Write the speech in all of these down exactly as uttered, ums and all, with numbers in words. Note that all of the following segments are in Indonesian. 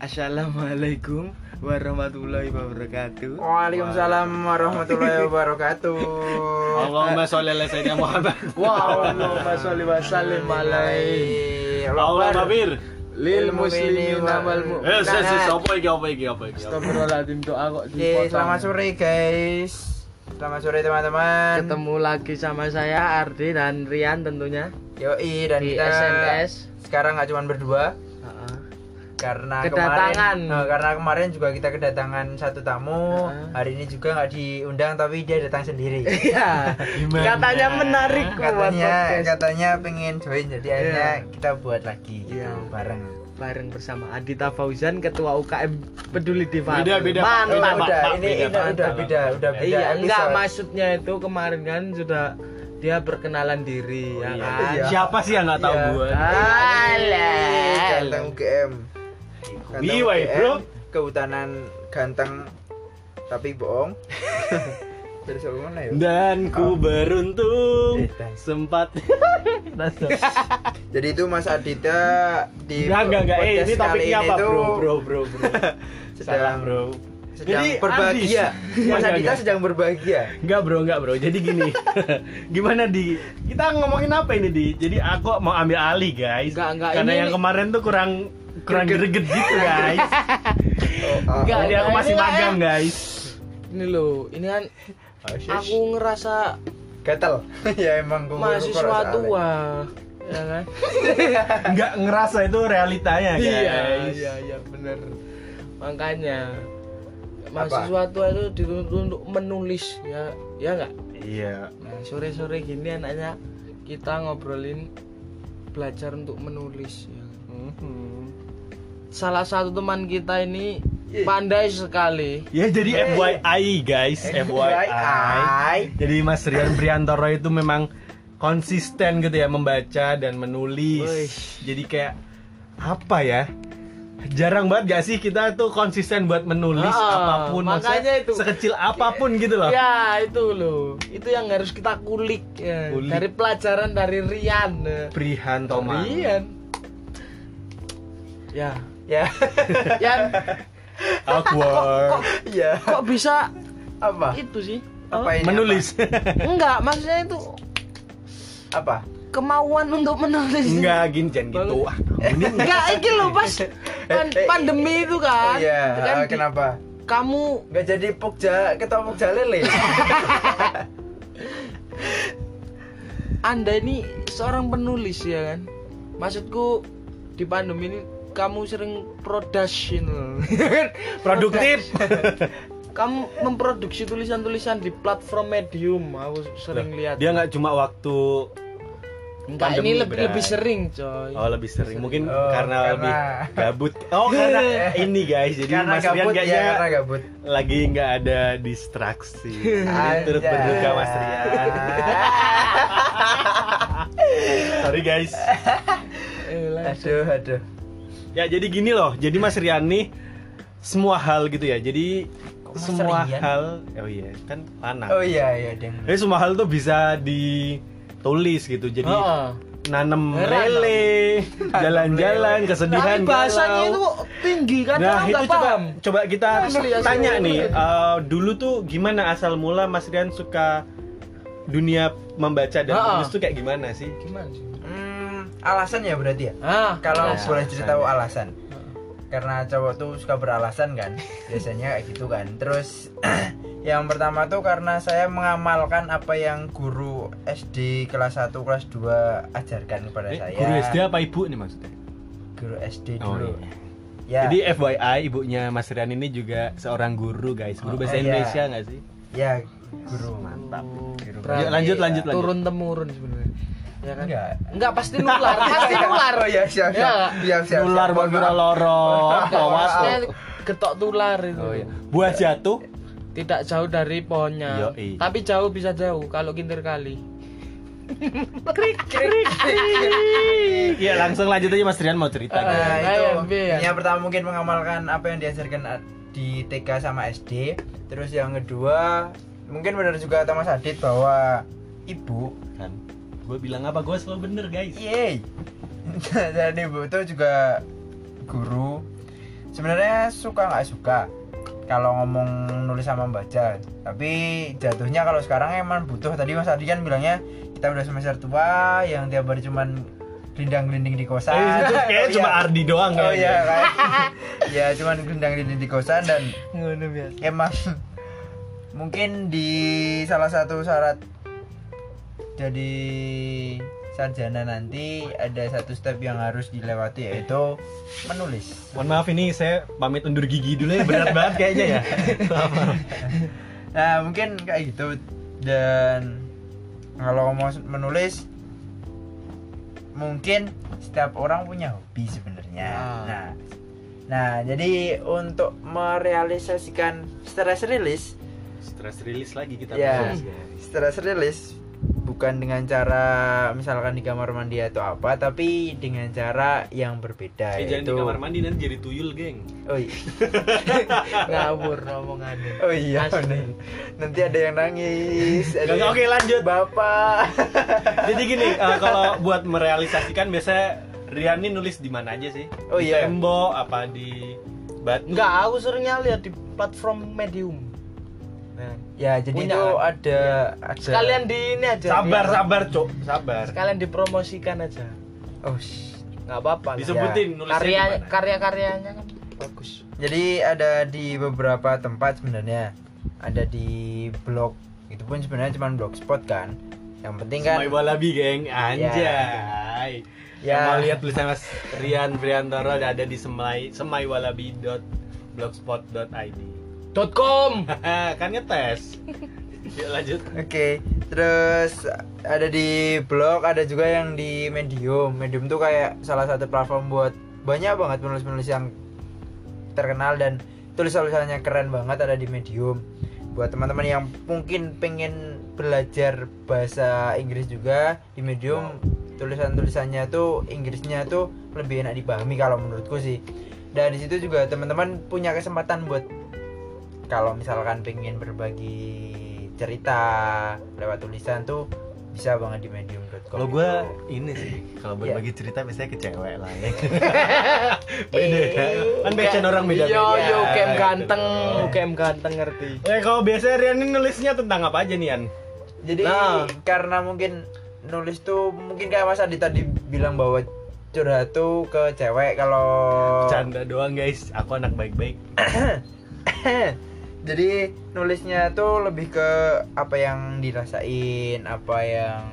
Assalamualaikum warahmatullahi wabarakatuh. Waalaikumsalam warahmatullahi wabarakatuh. Allahumma sholli ala sayyidina Muhammad. Wa Allahumma sholli wa sallim alaihi. Allahumma bir Lil muslimin wal Eh, mu'minat. sih, sih, apa iki, apa iki, apa iki? Astagfirullahaladzim, doa kok Oke, dipotong. selamat sore guys. Selamat sore teman-teman. Ketemu lagi sama saya Ardi dan Rian tentunya Yoi, dan di kita S N S. sekarang nggak cuma berdua Heeh. karena Kedatangan. kemarin eh, karena kemarin juga kita kedatangan satu tamu. Heeh. Hari ini juga nggak diundang tapi dia datang sendiri. Iya. Gimana? Katanya menarik buat katanya podcast. katanya pengen join, jadi akhirnya kita buat lagi gitu, Iya. bareng. bareng bersama Adita Fauzan, ketua U K M Peduli Difabel. Beda, beda, Pak. Oh, Mantap. Beda, udah, Pak, ini, beda, ini Pak. udah beda, udah beda. Iya, enggak, episode. maksudnya itu kemarin kan sudah dia perkenalan diri, ya Iya. kan? Iya. Siapa sih yang enggak tahu Iya. gua? Alah. Ganteng U G M. Ganteng Wiwai, U G M, bro. Kehutanan ganteng tapi bohong. Dari soal mana ya? Dan ku beruntung Eh, dan. sempat. Jadi itu Mas Adita di Enggak, enggak, enggak. Eh, podcast ini kali topiknya apa, tuh bro? Bro, bro, bro. Salah, sedang bro. sedang Jadi, berbahagia. Andis. Mas Enggak, Adita enggak. sedang berbahagia. Enggak, bro, enggak, bro. Jadi gini. Gimana di kita ngomongin apa ini, Di? Jadi aku mau ambil alih, guys. Enggak, enggak, Karena ini- yang kemarin tuh kurang kurang greget gitu, guys. Oh, Enggak, Jadi aku enggak, masih ini enggak, magang, ya. guys. Ini loh, ini kan aku ngerasa gatel. Ya emang gua mahasiswa gua rasa tua, ya kan? Enggak ngerasa itu realitanya, guys. Iya, iya, iya, bener. Makanya mahasiswa tua itu dituntut untuk menulis, ya, ya nggak? Iya. Nah, sore-sore gini anaknya kita ngobrolin belajar untuk menulis, ya. Mhm. Salah satu teman kita ini pandai sekali. Ya jadi F Y I guys, F Y I. Jadi Mas Rian Priantoro itu memang konsisten gitu ya membaca dan menulis. Wih. Jadi kayak apa ya? Jarang banget gak sih kita tuh konsisten buat menulis Ah, apapun, makanya maksudnya itu. sekecil apapun gitu loh. Ya itu loh, itu yang harus kita kulik, ya. Kulik. Dari pelajaran dari Rian. Prihan Toma. Rian. Ya, Ya. Yan, Awkward. Iya. kok bisa Apa? itu sih? Apa ini? Menulis. Enggak, maksudnya itu Apa? kemauan untuk menulis. Enggak gini jangan gitu. Ah, ini Enggak, ini loh pas pan- pandemi itu Oh kan. iya, Kan ah, di- kenapa? Kamu Nggak jadi pukja, ketua pukja lele. Anda ini seorang penulis ya kan? Maksudku di pandemi ini kamu sering production. produktif. Kamu memproduksi tulisan-tulisan di platform Medium. Aku sering lihat. Dia nggak cuma waktu Enggak, pandemi, ini lebih Bray. lebih sering, coy. Oh lebih sering, mungkin Oh, karena, karena- lebih gabut. Oh karena ini guys, jadi Karena Mas Rian gabut kayaknya ya, karena gabut. lagi nggak ada distraksi. Jadi Anjay. turut berduka Mas Rian. Sorry guys. Eh, langsung. Aduh, aduh. Ya jadi gini loh, jadi Mas Rian nih semua hal gitu ya. Jadi Kok Mas semua Rian? hal, oh iya kan lanang. Oh iya, iya, Deng. Jadi semua hal tuh bisa ditulis gitu. Jadi Heeh. nanem Eh, lele, jalan-jalan, kesedihan, Tapi bahasanya galau. itu kok tinggi kan? Nah Orang itu nggak coba paham. coba kita Asli, asli. tanya nih, eh, dulu tuh gimana asal mula Mas Rian suka dunia membaca dan Ha-ha. menulis tuh kayak gimana sih? Gimana sih? Hmm, alasan ya berarti ya? Ah, Kalau Ya, boleh cerita alasan. alasan. Karena cowok tuh suka beralasan kan. Biasanya kayak gitu kan. Terus yang pertama tuh karena saya mengamalkan apa yang guru S D kelas satu kelas dua ajarkan kepada Eh, saya. guru S D apa ibu nih maksudnya? Guru S D Oh, dulu. iya. Ya. Jadi F Y I ibunya Mas Rian ini juga seorang guru guys, guru bahasa Oh, iya. Indonesia nggak sih? ya guru. Mantap. Guru. Berarti Yuk, lanjut lanjut lanjut. turun temurun sebenarnya. Ya kan? Enggak. Enggak pasti nular, pasti nular. Oh ya, siap Ya. siap. Siap siap. Nular siap. buat kira loro, awas Maksudnya loh. getok tular itu. Oh iya. Buah jatuh. Tidak jauh dari pohonnya. Yoi. Tapi jauh bisa jauh kalau kintir kali. Iya langsung lanjut aja Mas Rian mau cerita. Ah, gitu. Nah, Ayo, itu Bian. yang pertama mungkin mengamalkan apa yang diajarkan di T K sama S D. Terus yang kedua mungkin benar juga kata Mas Adit bahwa ibu Kan, gue bilang apa gue selalu bener guys. yeay dan ibu itu juga guru sebenarnya suka nggak suka kalau ngomong nulis sama baca, tapi jatuhnya kalau sekarang emang butuh. Tadi Mas Adi kan bilangnya kita udah semester tua yang tiap hari cuman gelindang-gelinding di kosan. Eh, itu kayaknya Oh, cuma iya. Ardi doang Oh kayaknya. iya kan. Ya cuman gelindang-gelinding di kosan dan Ngono biasa. emang mungkin di salah satu syarat jadi sarjana nanti ada satu step yang harus dilewati yaitu menulis. Mohon maaf ini saya pamit undur gigi dulu ya, berat banget kayaknya ya. Nah mungkin kayak gitu. Dan kalau mau menulis mungkin setiap orang punya hobi sebenarnya. Ah. Nah, nah jadi untuk merealisasikan stress release, Stress release lagi kita ya bahas, guys. stress release bukan dengan cara misalkan di kamar mandi atau apa, tapi dengan cara yang berbeda. Eh, jangan di yaitu- kamar mandi nanti jadi tuyul, geng. Oh iya. Ngawur omongannya. Oh iya. Asli. bener. Nanti ada yang nangis. ada Nggak, yang- oke, lanjut. Bapak. Jadi gini, eh, kalau buat merealisasikan biasanya Rian ini nulis di mana aja sih? Oh Di iya. tembok apa di batu? Enggak, aku seringnya lihat di platform Medium. Nah, Ya jadi Punya, itu kan? ada, ada sekalian di ini aja. Sabar, Rian. sabar, Cok. Sabar. Sekalian dipromosikan aja. Oh, sh- Nggak apa-apa. lah. Disebutin nulisnya Karya di mana? karya-karyanya kan bagus. Jadi ada di beberapa tempat sebenarnya. Ada di blog. Itu pun sebenarnya cuma blogspot kan. Yang penting kan Semai Walabi, geng. Anjay. Ya. Yang mau lihat tulisan Mas Rian Priantoro ada di semai semaiwalabi dot blogspot dot i d. .com. Kan ngetes. Yuk lanjut. Oke, terus ada di blog, ada juga yang di Medium. Medium tuh kayak salah satu platform buat banyak banget penulis-penulis yang terkenal dan tulisan-tulisannya keren banget ada di Medium. Buat teman-teman yang mungkin pengen belajar bahasa Inggris juga di Medium, tulisan-tulisannya tuh Inggrisnya tuh lebih enak dipahami kalau menurutku sih. Dan di situ juga teman-teman punya kesempatan buat kalau misalkan pengen berbagi cerita lewat tulisan tuh bisa banget di medium dot com. Kalau gue ini sih, kalau Iya. berbagi cerita biasanya ke cewek lah ya. Beda ya. Kan passion orang beda-beda. Yo yo U K M Gitu. ganteng, U K M ganteng ngerti. Eh kalau biasanya Rian ini nulisnya tentang apa aja nih, Yan? Jadi Nah. karena mungkin nulis tuh mungkin kayak Mas Adi tadi bilang bahwa curhat tuh ke cewek kalau Canda doang, guys. Aku anak baik-baik. jadi nulisnya tuh lebih ke apa yang dirasain, apa yang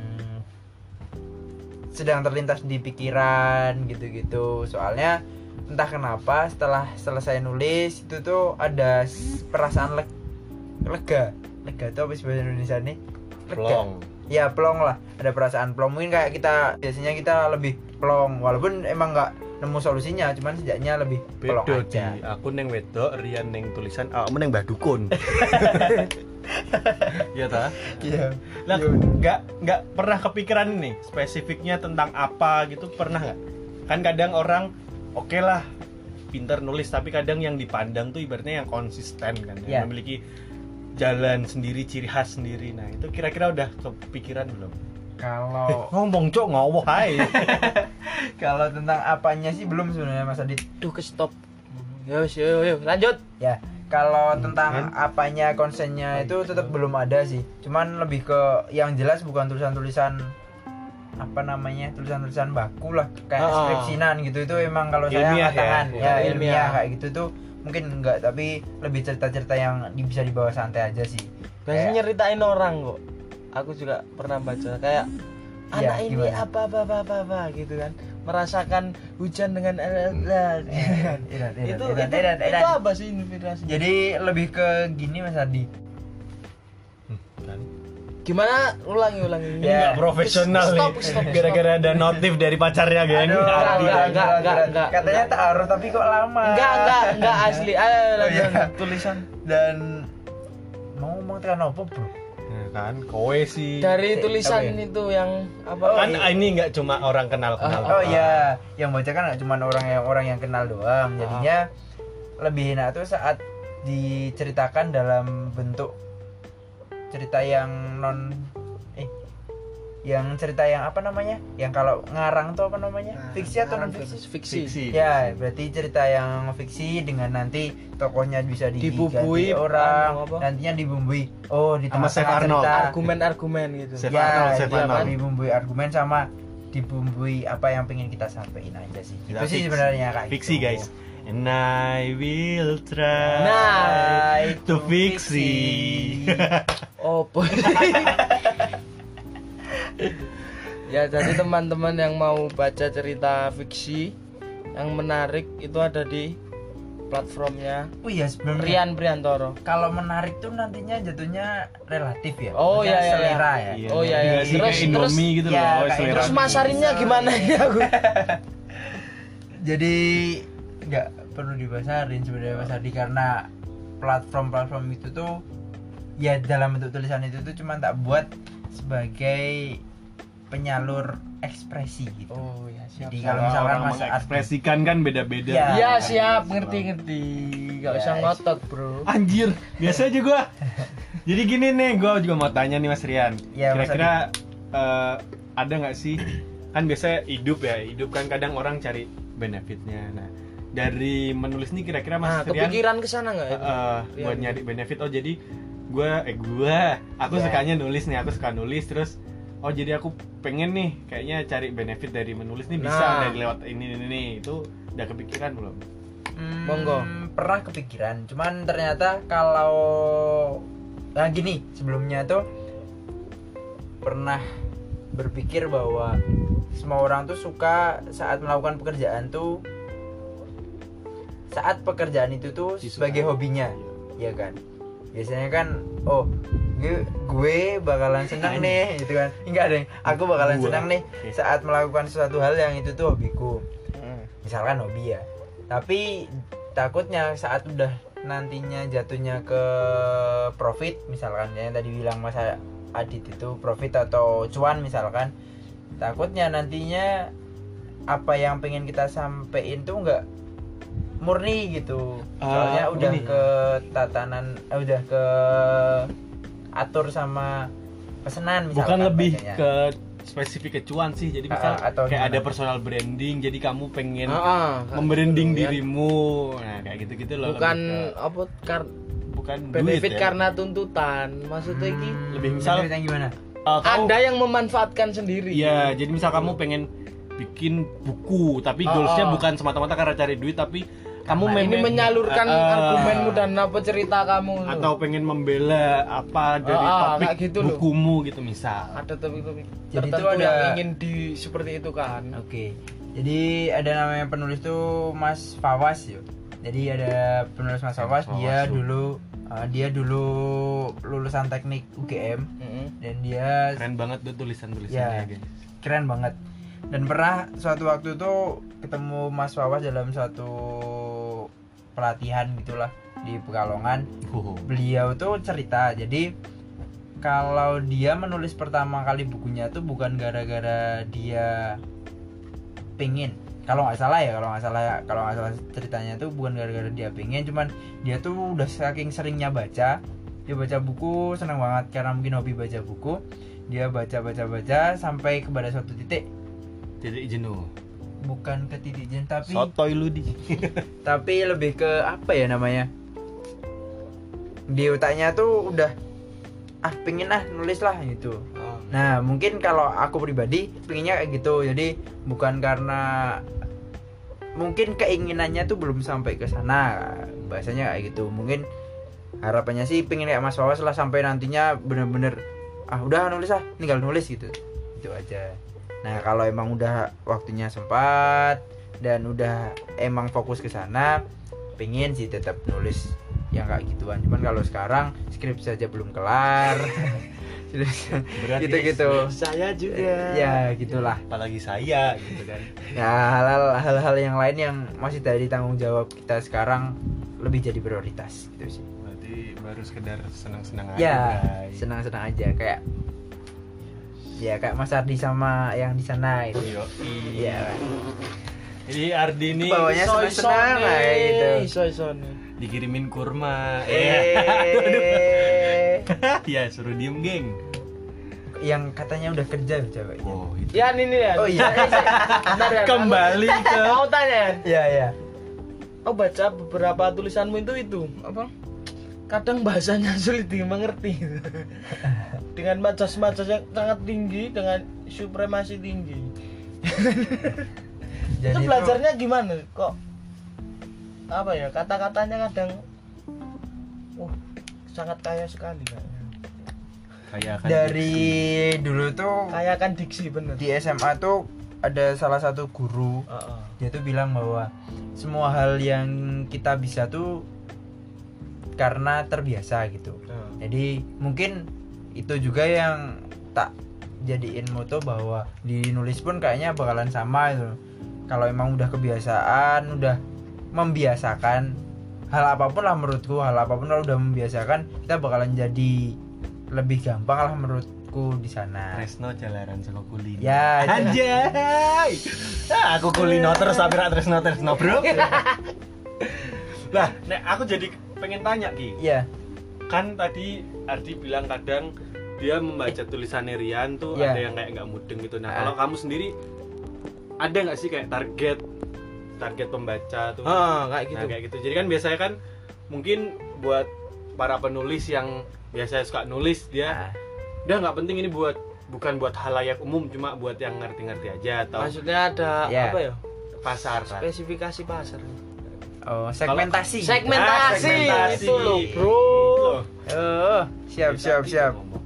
sedang terlintas di pikiran gitu-gitu. Soalnya entah kenapa setelah selesai nulis itu tuh ada s- perasaan leg- lega. Lega tuh apa sih bahasa Indonesia nih? Lega. Plong. Ya plong lah, ada perasaan plong. Mungkin kayak kita biasanya kita lebih plong walaupun emang nggak nemu solusinya, cuman setidaknya lebih plong Bedo aja. di aku neng wedok, Rian neng tulisan, awakmu neng mbah dukun. Iya ta? Iya. Lah Iya, bener. nggak nggak pernah kepikiran nih spesifiknya tentang apa gitu, pernah nggak? Kan kadang orang oke lah pinter nulis, tapi kadang yang dipandang tuh ibaratnya yang konsisten kan, Iya. yang memiliki jalan sendiri, ciri khas sendiri. Nah itu kira-kira udah kepikiran belum? Kalau Ngomong cok ngowoh hai. kalau tentang apanya sih belum sebenarnya Mas Adit. Duh ke stop. Yo yo yo lanjut. Ya, kalau Hmm, tentang kan? apanya konsennya itu tetap belum ada sih. Cuman lebih ke yang jelas bukan tulisan-tulisan apa namanya tulisan-tulisan baku lah kayak Ah. skripsinan gitu. Itu emang kalau saya Ilmiah angkat tangan ya? ya, Ya, ilmiah ilmiah. kayak gitu tuh mungkin enggak, tapi lebih cerita-cerita yang di- bisa dibawa santai aja sih. Biasanya nyeritain orang kok. Aku juga pernah baca kayak Iya, anak ini gimana? apa apa apa apa, apa gitu kan. Merasakan hujan dengan lah gitu kan. Edan, edan, Itu edan, itu edan, itu edan. apa sih inspirasinya? Jadi lebih ke gini Mas Adi. Kan? Gimana ulangi ulangi. Ini Ya. nggak profesional Stop, nih. stop, stop. Gara-gara ada notif dari pacarnya, geng. Aduh, Enggak, gila, enggak, gila, enggak, gila. enggak, Katanya enggak. taruh tapi kok lama. Enggak enggak enggak asli. Ayo Oh, lanjut iya. tulisan. Dan mau ngomong tekan apa, Bro? Ya kan, kowe sih. Dari Eh, tulisan apa ya? itu yang apa? Oh, Kan iya. ini nggak cuma orang kenal-kenal. Oh iya, yang baca kan nggak cuma orang yang orang yang kenal doang. Jadinya lebih enak tuh saat diceritakan dalam bentuk cerita yang non eh yang cerita yang apa namanya? Yang kalau ngarang tuh apa namanya? Nah, Fiksi atau non ngarang fiksi? fiksi. Fiksi. Ya, berarti cerita yang fiksi dengan nanti tokohnya bisa Dibumbui, diganti orang, anu apa? nantinya dibumbui. Oh, di Sama tengah-tengah Chef Arnold. cerita. Argumen-argumen gitu. Chef Ya, Arnold, Chef dia Arnold. dibumbui argumen sama dibumbui apa yang pengen kita sampaikan aja sih. Kita Itu sih fiksi. sebenarnya kayak Fiksi gitu. guys. And I will try Nah, to fiksi. Oh, boy. Ya, jadi teman-teman yang mau baca cerita fiksi yang menarik itu ada di platformnya Oh iya sebenarnya. Rian Priantoro. Kalau menarik tuh nantinya jatuhnya relatif ya. Oh, Maksudnya iya, iya, selera iya. ya. Iya, Oh, iya, iya. nggak sih, Terus- kayak Indomie terus- gitu ya, loh. Oh, kayak selera. Terus masarinnya gimana ya? Jadi nggak perlu dibasarin sebenarnya Mas Ardi karena platform-platform itu tuh ya dalam bentuk tulisan itu tuh cuma tak buat sebagai penyalur ekspresi gitu. Oh, ya siap. Jadi siap. kalau Kalau misalkan orang Mas Ardi mengekspresikan kan beda-beda. Iya. Iya, siap, ngerti-ngerti. Gak Ya, usah ngotot, Bro. Anjir, biasa aja gua. Jadi gini nih, gua juga mau tanya nih Mas Rian. Iya, Mas Kira-kira eh, ada nggak sih? Kan biasanya hidup ya, hidup kan kadang orang cari benefitnya. Nah, dari menulis nih kira-kira Nah, Mas Rian kepikiran ke sana enggak eh, itu? eh, Iya, buat gitu. nyari benefit. Oh jadi gua eh gua aku Ya. sukanya nulis nih, aku suka nulis terus oh jadi aku pengen nih kayaknya cari benefit dari menulis nih bisa Nah. dari lewat ini ini ini itu udah kepikiran belum? Hmm, Monggo. pernah kepikiran, cuman ternyata kalau nah gini sebelumnya tuh pernah berpikir bahwa semua orang tuh suka saat melakukan pekerjaan tuh saat pekerjaan itu tuh Disukai. sebagai hobinya, ya kan? Biasanya kan, oh gue, gue bakalan senang nih, gitu kan? Enggak deh, aku bakalan Gua. senang nih Oke. saat melakukan sesuatu hal yang itu tuh hobiku. Hmm. Misalkan hobi ya, tapi takutnya saat udah nantinya jatuhnya ke profit, misalkan ya, yang tadi bilang Mas Adit itu profit atau cuan misalkan, takutnya nantinya apa yang pengen kita sampein tuh nggak murni gitu. Soalnya Ah, udah gini. ke tatanan eh, udah ke atur sama pesanan misalkan Bukan lebih bacanya. ke spesifik kecuan sih. Jadi Ah, misal ah, atau kayak gimana? ada personal branding, jadi kamu pengen Ah, ah, membranding gitu, ya. dirimu. Nah, kayak gitu-gitu loh. Bukan lebih ke- apa kar- bukan benefit duit ya. karena tuntutan. Maksudnya iki Hmm, lebih misal- benefitnya gimana? Eh, kamu- Anda yang memanfaatkan sendiri. Iya, jadi misal kamu pengen bikin buku, tapi Oh, goalsnya oh. bukan semata-mata karena cari duit, tapi kamu Karena Ini memang- menyalurkan Eh, eh, argumenmu dan apa cerita kamu. atau pengen membela apa dari Oh, oh, topik kayak gitu loh. bukumu gitu misal. ada topik-topik Jadi tertentu itu ada- yang ingin di seperti itu kan. Oke, jadi ada namanya penulis tuh Mas Fawas yuk. Jadi ada penulis Mas Mas Fawas, Fawas dia tuh. dulu uh, dia dulu lulusan teknik U G M Mm-mm. dan dia Keren banget tuh Ya. tulisan-tulisannya, guys. keren banget. Dan pernah suatu waktu tuh ketemu Mas Fawas dalam suatu pelatihan gitulah di Pekalongan. Oh. Beliau tuh cerita, jadi kalau dia menulis pertama kali bukunya tuh bukan gara-gara dia pengen, kalau nggak salah ya kalau nggak salah ya kalau nggak salah ceritanya tuh bukan gara-gara dia pengen, cuman dia tuh udah saking seringnya baca, dia baca buku senang banget karena mungkin hobi baca buku, dia baca baca baca sampai kepada suatu titik, Titik jenuh. bukan ke titik jenuh tapi Sotoy lu di. tapi lebih ke apa ya namanya, di otaknya tuh udah ah pengen ah nulis lah gitu. Oh. Nah mungkin kalau aku pribadi pengennya kayak gitu, jadi bukan karena mungkin keinginannya tuh belum sampai ke sana, bahasanya kayak gitu. Mungkin harapannya sih pengen kayak Mas Wawas lah, sampai nantinya bener-bener ah udah nulis ah tinggal nulis gitu, itu aja. Nah kalau emang udah waktunya sempat dan udah emang fokus ke sana, pengen sih tetap nulis yang kayak gituan. Cuman kalau sekarang skripsi saja belum kelar. Berat, gitu-gitu. Saya juga. Ya gitulah. Apalagi saya gitu kan. Ya hal-hal hal-hal yang lain yang masih dari tanggung jawab kita sekarang lebih jadi prioritas gitu sih. Berarti baru sekedar senang-senang aja. Ya guys. senang-senang aja kayak ya kayak Mas Ardi sama yang di sana itu. Yoi. Iya. Jadi Ardi ini Bawanya senang-senang kayak gitu. Iso-iso nih. dikirimin kurma. Eh. Ya suruh diem geng. yang katanya udah kerja ceweknya. Oh, itu. Ya ini ya. Oh, iya. Bentar ya. Kembali ke Mau tanya ya. Iya iya. Oh baca beberapa tulisanmu itu itu apa? Kadang bahasanya sulit dimengerti. Dengan majas-majas yang sangat tinggi dengan supremasi tinggi. Jadi Itu tuh- belajarnya gimana? Kok apa ya? Kata-katanya kadang uh sangat kaya sekali kayaknya. kayak kan dari dulu tuh Kaya kan diksi bener. di S M A tuh ada salah satu guru, Heeh. dia tuh bilang bahwa semua hal yang kita bisa tuh karena terbiasa gitu. Heeh. Jadi mungkin itu juga yang tak jadiin moto bahwa di nulis pun kayaknya bakalan sama itu. Kalau emang udah kebiasaan, udah membiasakan hal apapun lah menurutku, hal apapun kalau udah membiasakan kita bakalan jadi lebih gampang lah menurutku di sana. Tresno Jalaran Solo Kulino. Ya, itu. Anjay. Ah, aku kulino terus tapi ra Tresno Tresno, Bro. Lah, nek aku jadi pengen tanya Ki. Iya. Kan tadi Ardi bilang kadang dia membaca tulisannya Rian tuh Iya. ada yang kayak nggak mudeng gitu. Nah, Ah. kalau kamu sendiri ada nggak sih kayak target target pembaca tuh? Heeh, kayak gitu. Nah, kayak gitu. Jadi kan biasanya kan mungkin buat para penulis yang biasanya suka nulis dia Ah. udah nggak penting ini buat bukan buat halayak umum cuma buat yang ngerti-ngerti aja atau Maksudnya ada Ya. apa ya? pasar kan. Spesifikasi pasar. Oh, segmentasi. Segmentasi, Ah, segmentasi. itu loh, bro. Itu loh. Oh, siap siap Bisa siap. ngomong.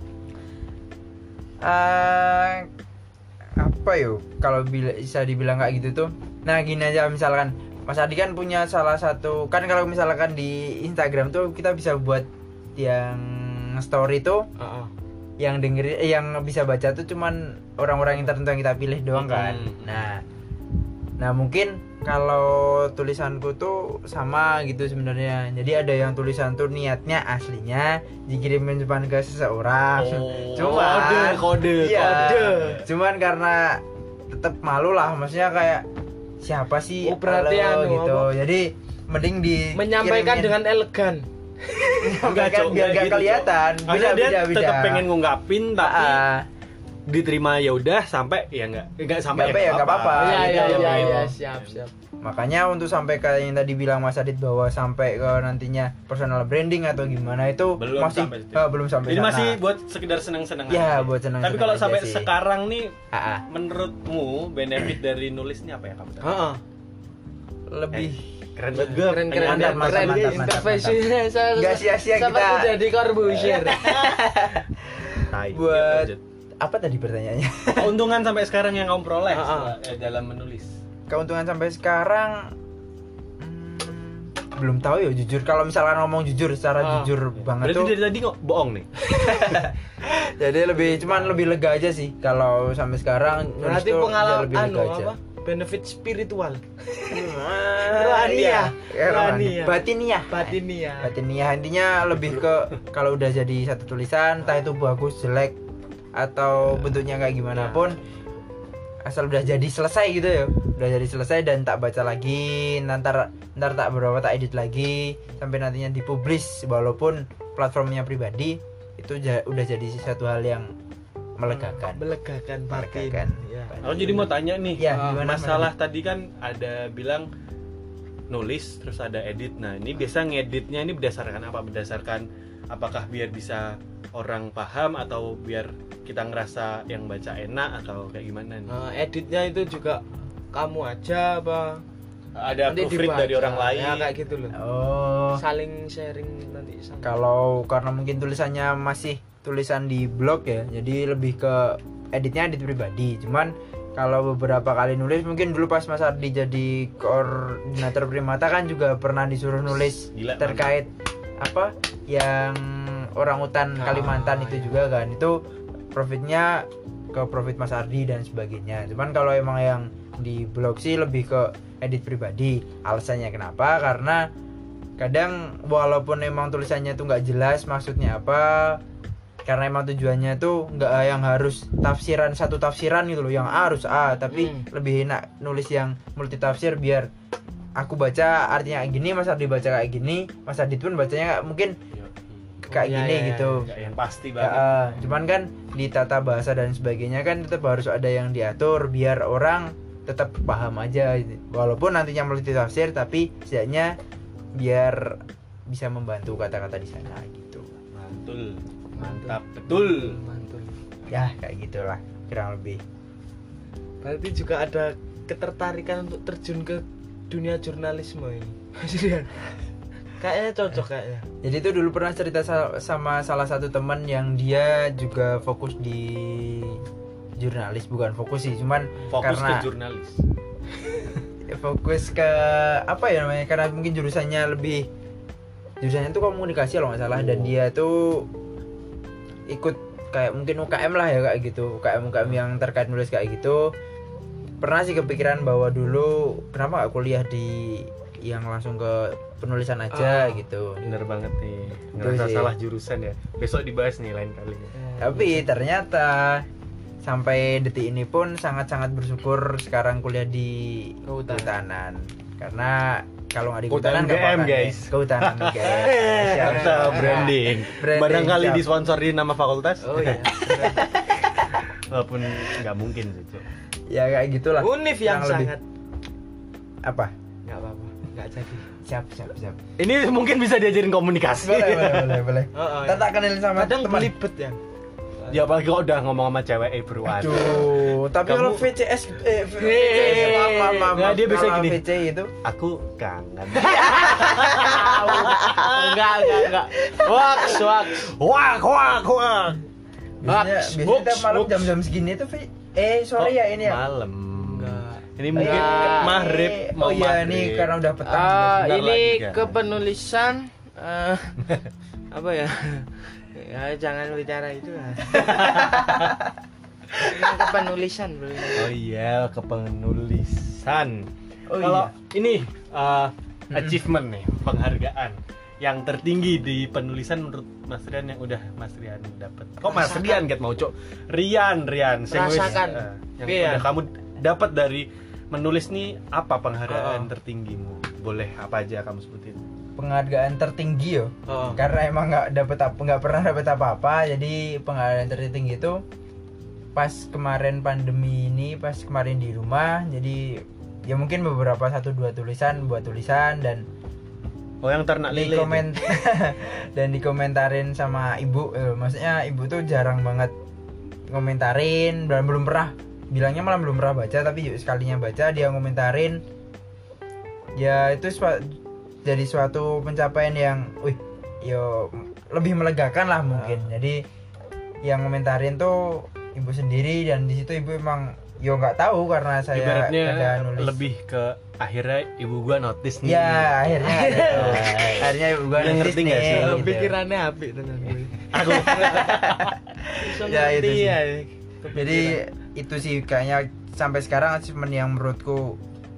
Eh, apa yuk kalau bila- bisa dibilang kayak gitu tuh. Nah, gini aja misalkan Mas Adi kan punya salah satu, kan kalau misalkan di Instagram tuh kita bisa buat yang story tuh Heeh. yang denger eh, yang bisa baca tuh cuman orang-orang yang tertentu yang kita pilih doang kan. Hmm. Nah, nah mungkin kalau tulisanku tuh sama gitu sebenarnya. Jadi ada yang tulisan tuh niatnya aslinya dikirimin cuman ke seseorang. Oh, Cuman kode, kode, iya, kode. Cuman karena tetap malu lah, maksudnya kayak siapa sih Oh, berarti halo, anu, gitu. apa? Jadi mending di Menyampaikan dengan elegan. enggak Cok, biar nggak gak gitu, kelihatan. Cok. Maksudnya dia tetap pengen ngungkapin tapi Ah, diterima ya udah sampai ya enggak enggak sampai Sampai ya nggak apa-apa. Iya gitu, iya gitu. iya iya, siap siap. makanya untuk sampai ke yang tadi bilang Mas Adit bahwa sampai ke nantinya personal branding atau gimana itu Belum masih sampai situ. ah, belum sampai Jadi sana. masih buat sekedar seneng-seneng Ya, aja. buat seneng-seneng Tapi kalau aja sampai sih. sekarang nih Ah, ah. menurutmu benefit dari nulis ini apa ya kamu? Heeh. lebih Keren banget gue. Keren keren Mantap, keren. mantap, Keren mantap, mantap, intervensinya saya. Nggak sia-sia seperti kita- jadi Corbusier. buat apa tadi pertanyaannya? keuntungan sampai sekarang yang kamu peroleh Ah, ah. setelah- eh, dalam menulis. Keuntungan sampai sekarang hmm, belum tahu ya jujur. Kalau misalkan ngomong jujur secara Ah. jujur banget Berarti tuh dari tadi nggak bohong nih. jadi lebih cuman lebih lega aja sih kalau sampai sekarang nulis Berarti tuh dia pengalaman lebih anu lega aja. apa? Benefit spiritual. Ah, iya. Rohania. Ya, Rohania. batiniah. Batiniah. Batiniah intinya lebih ke kalau udah jadi satu tulisan entah itu bagus jelek atau bentuknya kayak gimana pun asal udah jadi selesai gitu ya, udah jadi selesai dan tak baca lagi, ntar ntar tak berapa tak edit lagi sampai nantinya dipublish walaupun platformnya pribadi itu ja- udah jadi satu hal yang melegakan. Melegakan batin. Melegakan. Ya. Aku jadi mau tanya nih, Ya, uh, gimana, masalah tadi kan ada bilang nulis terus ada edit. Nah, ini biasa ngeditnya ini berdasarkan apa? Berdasarkan apakah biar bisa orang paham atau biar kita ngerasa yang baca enak atau kayak gimana nih? Nah, editnya itu juga kamu aja apa? Ada Nanti proofread dibaca. dari orang lain. Ya kayak gitu loh. Oh, Saling sharing nanti sama. kalau karena mungkin tulisannya masih tulisan di blog ya, jadi lebih ke editnya edit pribadi. Cuman kalau beberapa kali nulis mungkin dulu pas Mas Ardi jadi koordinator Primata kan juga pernah disuruh nulis Gila, terkait apa yang orang utan Ah, Kalimantan itu iya. juga kan. Itu profitnya ke profit Mas Ardi dan sebagainya. Cuman kalau emang yang di blog sih lebih ke edit pribadi. Alasannya kenapa? Karena kadang walaupun emang tulisannya tuh nggak jelas maksudnya apa, karena emang tujuannya tuh nggak yang harus tafsiran satu tafsiran gitu loh yang A harus A, tapi Hmm. lebih enak nulis yang multi tafsir biar aku baca artinya kayak gini, Mas Ardi baca kayak gini, Mas Ardi pun bacanya nggak- mungkin kayak Iya, gini iya, gitu. Nggak yang pasti Ya, banget. eh, cuman kan di tata bahasa dan sebagainya kan tetap harus ada yang diatur biar orang tetap paham aja gitu. Walaupun nantinya multitafsir tapi setidaknya biar bisa membantu kata-kata di sana gitu. Mantul. Mantap betul. Mantul. Ya kayak gitulah kurang lebih. Berarti juga ada ketertarikan untuk terjun ke dunia jurnalisme ini. Serius. Kayaknya cocok kayaknya. Jadi itu dulu pernah cerita sa- sama salah satu teman yang dia juga fokus di jurnalis, bukan fokus sih, cuman Fokus karena ke jurnalis. fokus ke apa ya namanya, karena mungkin jurusannya lebih jurusannya itu komunikasi kalau nggak salah, dan dia tuh ikut kayak mungkin U K M lah ya kayak gitu, U K M U K M yang terkait nulis kayak gitu. Pernah sih kepikiran bahwa dulu kenapa nggak kuliah di yang langsung ke penulisan aja Ah. gitu. Bener banget nih. Ngerasa sih. salah jurusan ya. Besok dibahas nih lain kali. Tapi ternyata sampai detik ini pun sangat-sangat bersyukur sekarang kuliah di Kehutanan. kehutanan. Karena kalau nggak di Kehutanan kehutanan nggak U G M, bakal- guys. Kehutanan U G M. Siap, Kita siap. branding. Branding, Barangkali siap. disponsori nama fakultas. Oh iya. Walaupun nggak mungkin sih, Cuk. Ya kayak gitulah. Univ yang Kurang lebih. sangat apa? nggak apa-apa, nggak jadi. Siap, siap, siap. Ini mungkin bisa diajarin komunikasi. Boleh, boleh, boleh, boleh. Oh, oh, Kita tak kenalin sama kadang teman. belibet ya. Ya apalagi kalau udah ngomong sama cewek eh bro. Aduh, tapi Kamu- kalau V C S eh V C S, Eh, maaf, maaf, maaf, nggak, dia biasa kalau gini. V C itu Aku kangen. enggak, enggak, enggak. Wax, wax. Wah, wah, wah. biasanya, Hoax, biasanya hoax, tiap malam hoax. jam-jam segini tuh V- eh sore ya ini ya. Malam. Enggak. Ini mungkin Enggak. maghrib Eh, mau oh iya maghrib. ini karena udah petang. Ah, sebentar ini lagi, kan. kepenulisan eh, apa ya? Ya jangan bicara itu lah. Ini kepenulisan bro. Oh iya, kepenulisan. Oh Kalau iya. ini uh, achievement nih, penghargaan yang tertinggi di penulisan menurut Mas Rian yang udah Mas Rian dapat. Kok Mas Rasakan. Rian get mau cok? Rian, Rian, sing wis, Rasakan. uh, yang Iya. udah kamu dapat dari menulis nih apa penghargaan Oh. tertinggimu? Boleh apa aja kamu sebutin? Penghargaan tertinggi yo. Oh. Karena emang nggak dapet apa, nggak pernah dapet apa-apa, jadi penghargaan tertinggi itu pas kemarin pandemi ini, pas kemarin di rumah, jadi ya mungkin beberapa satu dua tulisan buat tulisan dan Oh yang ternak di lele. itu? komen dan dikomentarin sama ibu. Eh, maksudnya ibu tuh jarang banget ngomentarin dan belum pernah, bilangnya malah belum pernah baca, tapi yuk sekalinya baca dia ngomentarin. Ya itu sua- jadi suatu pencapaian yang wih yo lebih melegakan lah mungkin. Jadi yang ngomentarin tuh ibu sendiri, dan di situ ibu emang yo nggak tahu karena saya Ibaratnya ada nulis. lebih ke akhirnya ibu gua notice nih. Ya akhirnya gitu. Right. akhirnya ibu gua Yang nulis ngerti nggak nih, sih? gitu. Pikirannya apik tenan gue. Aku Iso Ya, itu ngerti sih. ya. Jadi itu sih kayaknya sampai sekarang achievement yang menurutku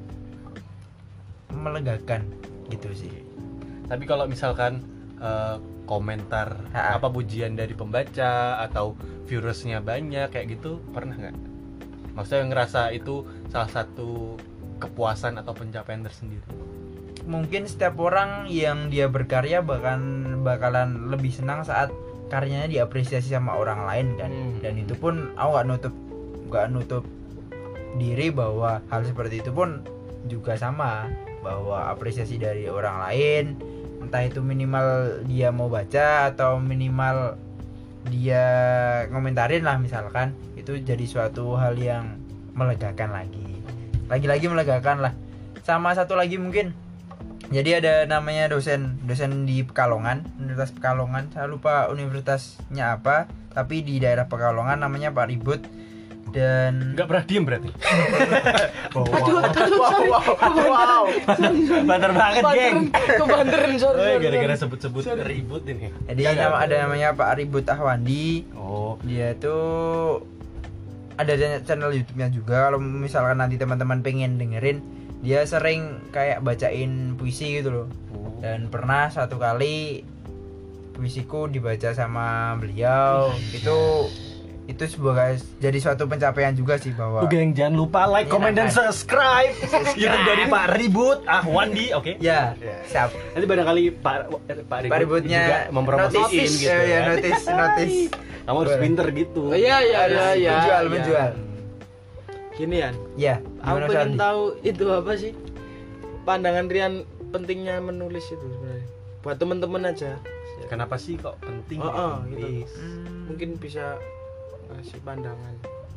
melegakan gitu sih. Tapi kalau misalkan eh, komentar Ha-ha. apa pujian dari pembaca atau viewersnya banyak kayak gitu pernah nggak? Maksudnya ngerasa itu salah satu kepuasan atau pencapaian tersendiri? Mungkin setiap orang yang dia berkarya bahkan bakalan lebih senang saat karyanya diapresiasi sama orang lain kan. Hmm. Dan itu pun aku nggak nutup nggak nutup diri bahwa hal seperti itu pun juga sama, bahwa apresiasi dari orang lain, entah itu minimal dia mau baca atau minimal dia ngomentarin lah misalkan, itu jadi suatu hal yang melegakan lagi lagi-lagi melegakan lah. Sama satu lagi mungkin, jadi ada namanya dosen dosen di Pekalongan, Universitas Pekalongan, saya lupa universitasnya apa, tapi di daerah Pekalongan namanya Pak Ribut. Dan Nggak pernah diem berarti? Aduh, aduh, sorry. wow, Banter banget geng. Kebanteran, sorry. Oh, sorry, gara-gara sorry. sebut-sebut Sorry. ribut ini. jadi nama, ada namanya Pak Ribut Ahwandi. Oh, Dia tuh ada channel YouTube-nya juga. Kalau misalkan nanti teman-teman pengen dengerin, dia sering kayak bacain puisi gitu loh. oh. Dan pernah satu kali puisiku dibaca sama beliau. Itu itu sebuah jadi suatu pencapaian juga sih bahwa Oke, geng, jangan lupa like, Ini comment dan enak. subscribe YouTube dari Pak Ribut Ahwandi, oke? ya Ya. siap. Nanti barangkali Pak eh, Pak Ribut Pak Ributnya juga mempromosiin notis, gitu. ya, ya, kan. notis, notis. Kamu harus Boleh. pinter gitu. Oh, iya iya Harus iya iya. menjual, iya. menjual. Gini ya, Ya, aku gimana pengen Sardi? tahu itu apa sih pandangan Rian pentingnya menulis itu sebenarnya buat teman-teman aja. Kenapa sih kok penting Oh, oh, menulis? Hmm, Mungkin bisa ngasih pandangan.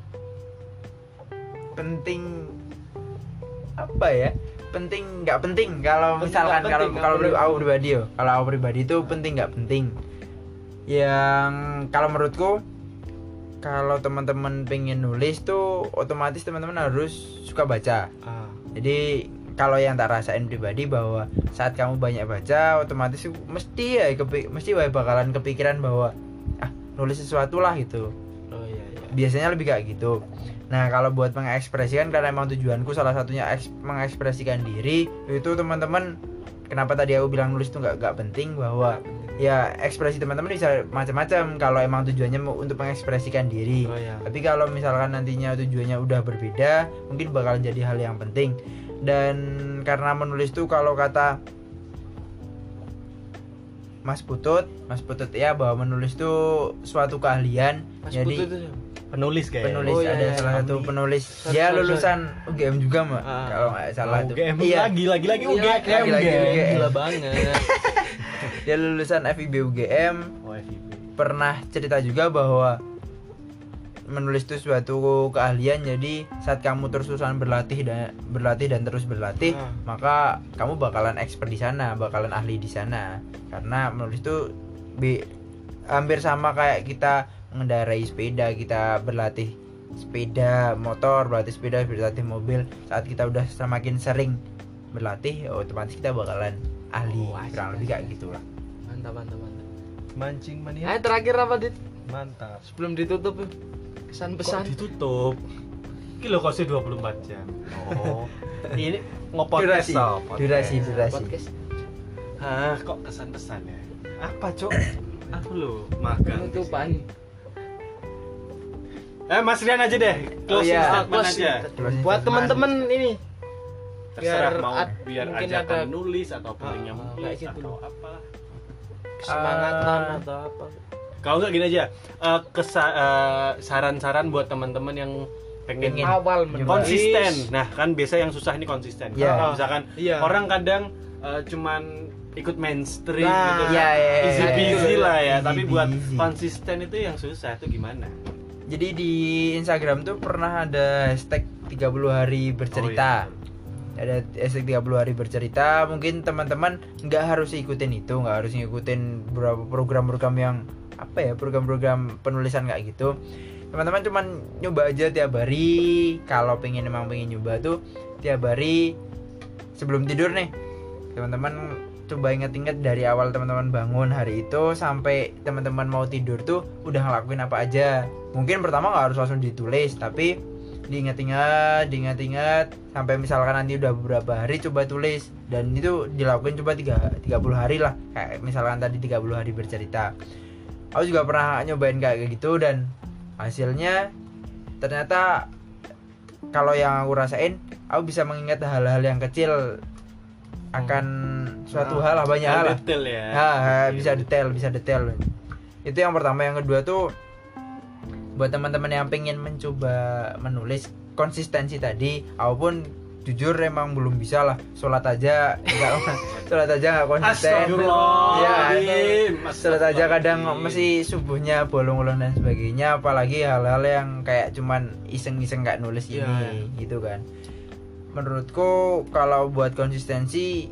penting apa ya? Penting nggak penting kalau Penting misalkan nggak kalau penting, kalau nggak pri- aku penting. pribadi yo, kalau aku pribadi itu penting nggak penting. Yang kalau menurutku kalau teman-teman pengen nulis tuh otomatis teman-teman harus suka baca. Ah, Jadi kalau yang tak rasain pribadi bahwa saat kamu banyak baca otomatis mesti ya kepi- mesti wae bakalan kepikiran bahwa ah nulis sesuatu lah gitu. Oh iya iya. Biasanya lebih kayak gitu. Nah kalau buat mengekspresikan karena emang tujuanku salah satunya eks- mengekspresikan diri itu teman-teman kenapa tadi aku bilang nulis itu nggak nggak penting bahwa ya ekspresi teman-teman bisa macam-macam kalau emang tujuannya mau untuk mengekspresikan diri. Oh iya. Tapi kalau misalkan nantinya tujuannya udah berbeda, mungkin bakal jadi hal yang penting. Dan karena menulis tuh kalau kata Mas Putut, Mas Putut ya bahwa menulis tuh suatu keahlian. Mas jadi Putu itu siapa? penulis kayak. penulis Oh, iya, ada iya, salah iya. satu penulis. Sorry, Dia sorry, lulusan U G M juga, Mbak. Ah. Kalau nggak salah tuh. U G M Iya. lagi lagi lagi Iya, U G M. lagi, lagi, geng. U G M. Gila banget. Dia lulusan F I B U G M. Oh, F I B. Pernah cerita juga bahwa menulis itu suatu keahlian, jadi saat kamu terus-terusan berlatih dan berlatih dan terus berlatih, Ah. maka kamu bakalan expert di sana, bakalan ahli di sana. Karena menulis itu bi- hampir sama kayak kita mengendarai sepeda, kita berlatih sepeda motor, berlatih sepeda, berlatih mobil. Saat kita udah semakin sering berlatih, ya otomatis kita bakalan ahli. Oh, asik, Kurang lebih kayak gitulah. Mantap mantap mantap. Mancing mania. Eh terakhir apa Dit? Mantap. Sebelum ditutup kesan Kok pesan. ditutup? Iki lho kosnya dua puluh empat jam. Oh. Ini ngopodcast Durasi, so, podcast. durasi, durasi. Podcast. Ah, kok kesan-pesan ya? Apa, Cok? Aku lo magang. Penutupan. Eh, Mas Rian aja deh. Closing iya. statement Closing aja. Closing Buat statement. teman-teman ini Terserah Biar mau ad- biar mungkin ajakan ada- nulis atau pentingnya Ah, menulis kayak gitu. atau apa. kesemangatan Ah. atau apa. Kalau nggak gini aja, eh, kesa- eh, saran-saran buat teman-teman yang pengen Pengen. Awal menulis. konsisten. Nah, kan biasa yang susah ini konsisten. Iya. Kalau misalkan Iya. orang kadang eh, cuman ikut mainstream Nah, gitu. iya, iya, iya, Easy iya, peasy iya. lah ya, Easy tapi buat peasy. konsisten itu yang susah itu gimana? Jadi di Instagram tuh pernah ada hashtag tiga puluh hari bercerita. Ada hashtag tiga puluh hari bercerita. Mungkin teman-teman nggak harus ikutin itu, nggak harus ngikutin beberapa program-program yang apa ya, program-program penulisan kayak gitu. Teman-teman cuman nyoba aja tiap hari. Kalau pengen emang pengen nyoba tuh tiap hari sebelum tidur nih. Teman-teman coba inget-inget dari awal teman-teman bangun hari itu sampai teman-teman mau tidur tuh udah ngelakuin apa aja. Mungkin pertama nggak harus langsung ditulis, tapi diingat-ingat, diingat-ingat sampai misalkan nanti udah beberapa hari coba tulis, dan itu dilakuin coba tiga puluh hari lah. Kayak misalkan tadi tiga puluh hari bercerita. Aku juga pernah nyobain kayak gitu dan hasilnya ternyata kalau yang aku rasain, aku bisa mengingat hal-hal yang kecil akan suatu hal lah, banyak hal lah. Detail ya. Ya, bisa detail, bisa detail. Itu yang pertama. Yang kedua tuh buat teman-teman yang pengen mencoba menulis konsistensi tadi, aku pun jujur emang belum bisa lah. Sholat aja enggak sholat aja enggak konsisten. Astagfirullahaladzim. Ya, sholat aja kadang masih subuhnya bolong-bolong dan sebagainya, apalagi hal-hal yang kayak cuman iseng-iseng nggak nulis Iya, ini gitu kan. Menurutku kalau buat konsistensi,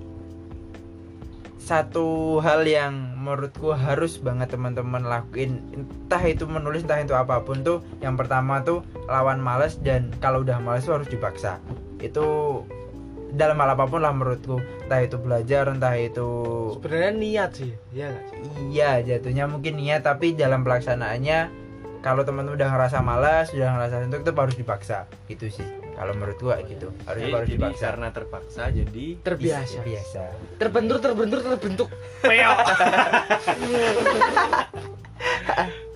satu hal yang menurutku harus banget teman-teman lakuin, entah itu menulis entah itu apapun tuh, yang pertama tuh lawan males, dan kalau udah males tuh harus dipaksa. Itu dalam hal apapun lah menurutku, entah itu belajar, entah itu Sebenarnya niat sih, iya nggak sih? iya jatuhnya mungkin niat, tapi dalam pelaksanaannya kalau teman-teman udah ngerasa malas, udah ngerasa itu tetap harus dipaksa gitu sih. Kalau menurut gua gitu, harus Jadi, harus jadi dipaksa. karena terpaksa jadi Terbiasa. Biasa. Terbentur terbentur terbentuk.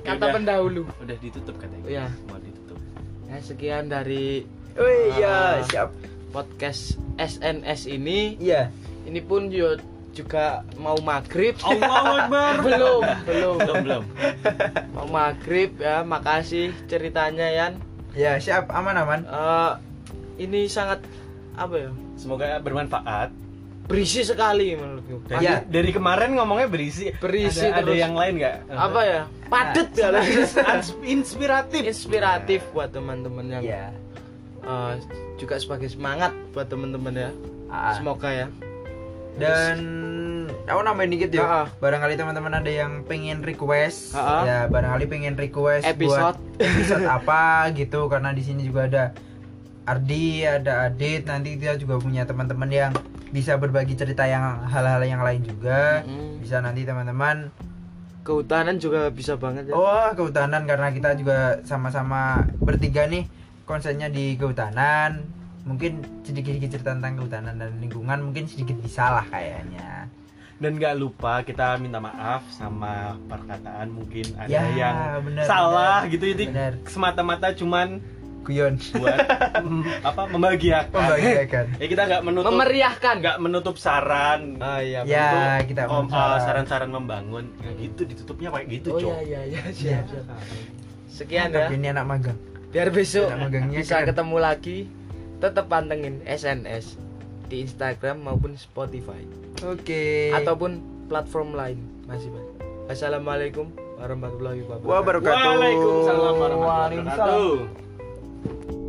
kata Udah. pendahulu. Udah ditutup katanya. Iya. Mau ditutup. Ya, sekian dari Oh iya, Ah. siap. podcast S N S ini. Iya. Ini pun yo juga mau maghrib. Allahu Akbar. belum, belum. belum belum. Mau maghrib ya. Makasih ceritanya Yan. Ya, siap, aman-aman. Eh, ini sangat apa ya? Semoga bermanfaat. Berisi sekali menurutku. Dari, Iya. dari kemarin ngomongnya berisi. Berisi ada, ada terus. yang lain nggak? Apa ya? Padet ya. Inspiratif. Inspiratif buat teman-teman yang Iya. eh, juga sebagai semangat buat teman-teman ya. Ah. Semoga ya. Dan aku nambahin dikit ya. Ah. Barangkali teman-teman ada yang pengen request, Ah. ya barangkali pengen request Episode. buat episode apa gitu, karena di sini juga ada Ardi, ada Adit, nanti kita juga punya teman-teman yang bisa berbagi cerita yang hal-hal yang lain juga. Mm. Bisa nanti teman-teman. Kehutanan juga bisa banget ya. Oh, kehutanan karena kita juga sama-sama bertiga nih konsennya di kehutanan. Mungkin sedikit-sedikit cerita tentang kehutanan dan lingkungan mungkin sedikit bisa lah kayaknya. Dan nggak lupa kita minta maaf sama perkataan mungkin ada Ya, yang bener, salah bener. gitu jadi Bener. semata-mata cuman Guyon. buat mm, apa membahagiakan. Membahagiakan. Ya kita nggak menutup Memeriahkan. nggak menutup saran. Ah iya. Ya, untuk kita kom- menutup uh, saran. saran-saran membangun. Nah, gitu ditutupnya kayak gitu, Oh Cok. iya iya iya siap siap. Sekian Mantap, ya. ini anak magang. Biar besok Anak magangnya bisa keren. ketemu lagi. Tetap pantengin S N S di Instagram maupun Spotify Oke. ataupun platform lain masih Mas. Assalamualaikum warahmatullahi wabarakatuh. Wabarakatuh. Waalaikumsalam warahmatullahi Waalaikumsalam. wabarakatuh.